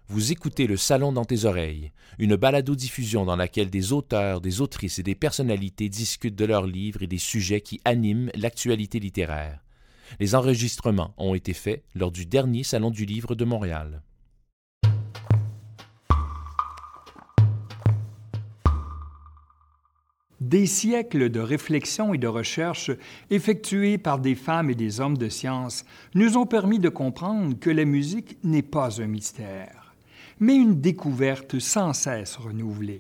Vous écoutez Le Salon dans tes oreilles, une balado-diffusion dans laquelle des auteurs, des autrices et des personnalités discutent de leurs livres et des sujets qui animent l'actualité littéraire. Les enregistrements ont été faits lors du dernier Salon du Livre de Montréal. Des siècles de réflexion et de recherche effectués par des femmes et des hommes de science nous ont permis de comprendre que la musique n'est pas un mystère, mais une découverte sans cesse renouvelée.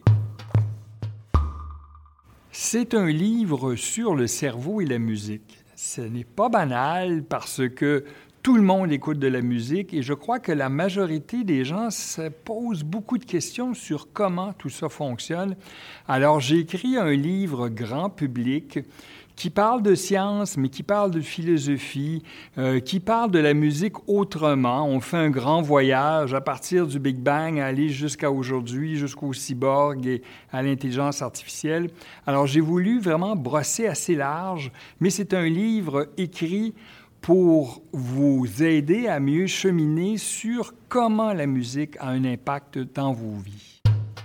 C'est un livre sur le cerveau et la musique. Ce n'est pas banal parce que tout le monde écoute de la musique et je crois que la majorité des gens se posent beaucoup de questions sur comment tout ça fonctionne. Alors, j'ai écrit un livre grand public qui parle de science, mais qui parle de philosophie, qui parle de la musique autrement. On fait un grand voyage à partir du Big Bang à aller jusqu'à aujourd'hui, jusqu'au cyborg et à l'intelligence artificielle. Alors, j'ai voulu vraiment brosser assez large, mais c'est un livre écrit pour vous aider à mieux cheminer sur comment la musique a un impact dans vos vies.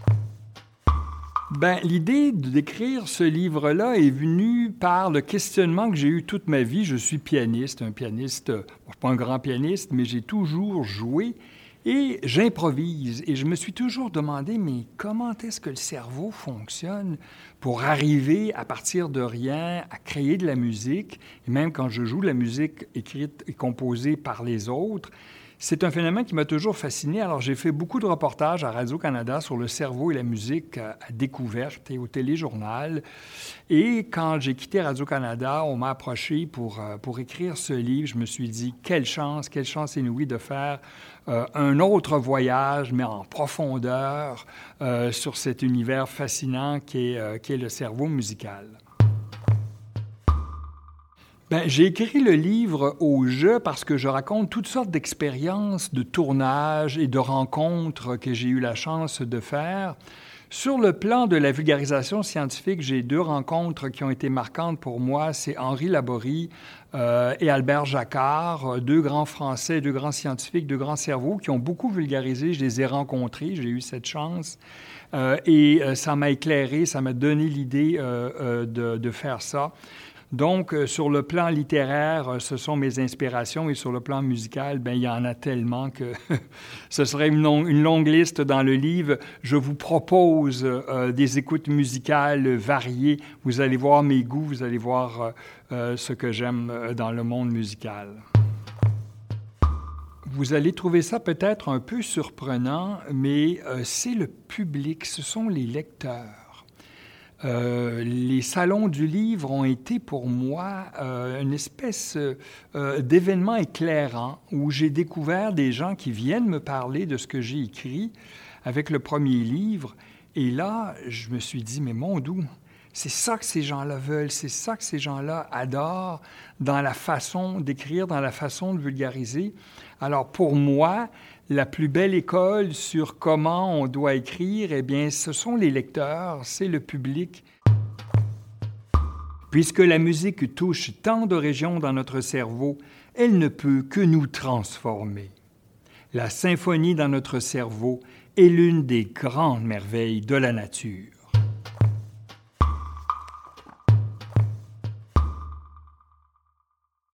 L'idée d'écrire ce livre-là est venue par le questionnement que j'ai eu toute ma vie. Je suis pianiste, pas un grand pianiste, mais j'ai toujours joué et j'improvise. Et je me suis toujours demandé, mais comment est-ce que le cerveau fonctionne pour arriver à partir de rien à créer de la musique? Et même quand je joue de la musique écrite et composée par les autres, c'est un phénomène qui m'a toujours fasciné. Alors, j'ai fait beaucoup de reportages à Radio-Canada sur le cerveau et la musique à découverte et au téléjournal. Et quand j'ai quitté Radio-Canada, on m'a approché pour écrire ce livre. Je me suis dit, quelle chance inouïe de faire un autre voyage, mais en profondeur, sur cet univers fascinant qui est le cerveau musical. J'ai écrit le livre au jeu parce que je raconte toutes sortes d'expériences de tournage et de rencontres que j'ai eu la chance de faire. Sur le plan de la vulgarisation scientifique, j'ai 2 rencontres qui ont été marquantes pour moi. C'est Henri Laborie et Albert Jacquard, 2 grands Français, 2 grands scientifiques, 2 grands cerveaux qui ont beaucoup vulgarisé. Je les ai rencontrés, j'ai eu cette chance. Et ça m'a éclairé, ça m'a donné l'idée de faire ça. Donc, sur le plan littéraire, ce sont mes inspirations et sur le plan musical, il y en a tellement que ce serait une longue liste dans le livre. Je vous propose des écoutes musicales variées. Vous allez voir mes goûts, vous allez voir ce que j'aime dans le monde musical. Vous allez trouver ça peut-être un peu surprenant, mais c'est le public, ce sont les lecteurs. Les salons du livre ont été pour moi une espèce d'événement éclairant où j'ai découvert des gens qui viennent me parler de ce que j'ai écrit avec le premier livre. Et là, je me suis dit, mais mon Dieu, c'est ça que ces gens-là veulent, c'est ça que ces gens-là adorent dans la façon d'écrire, dans la façon de vulgariser. Alors pour moi, la plus belle école sur comment on doit écrire, ce sont les lecteurs, c'est le public. Puisque la musique touche tant de régions dans notre cerveau, elle ne peut que nous transformer. La symphonie dans notre cerveau est l'une des grandes merveilles de la nature.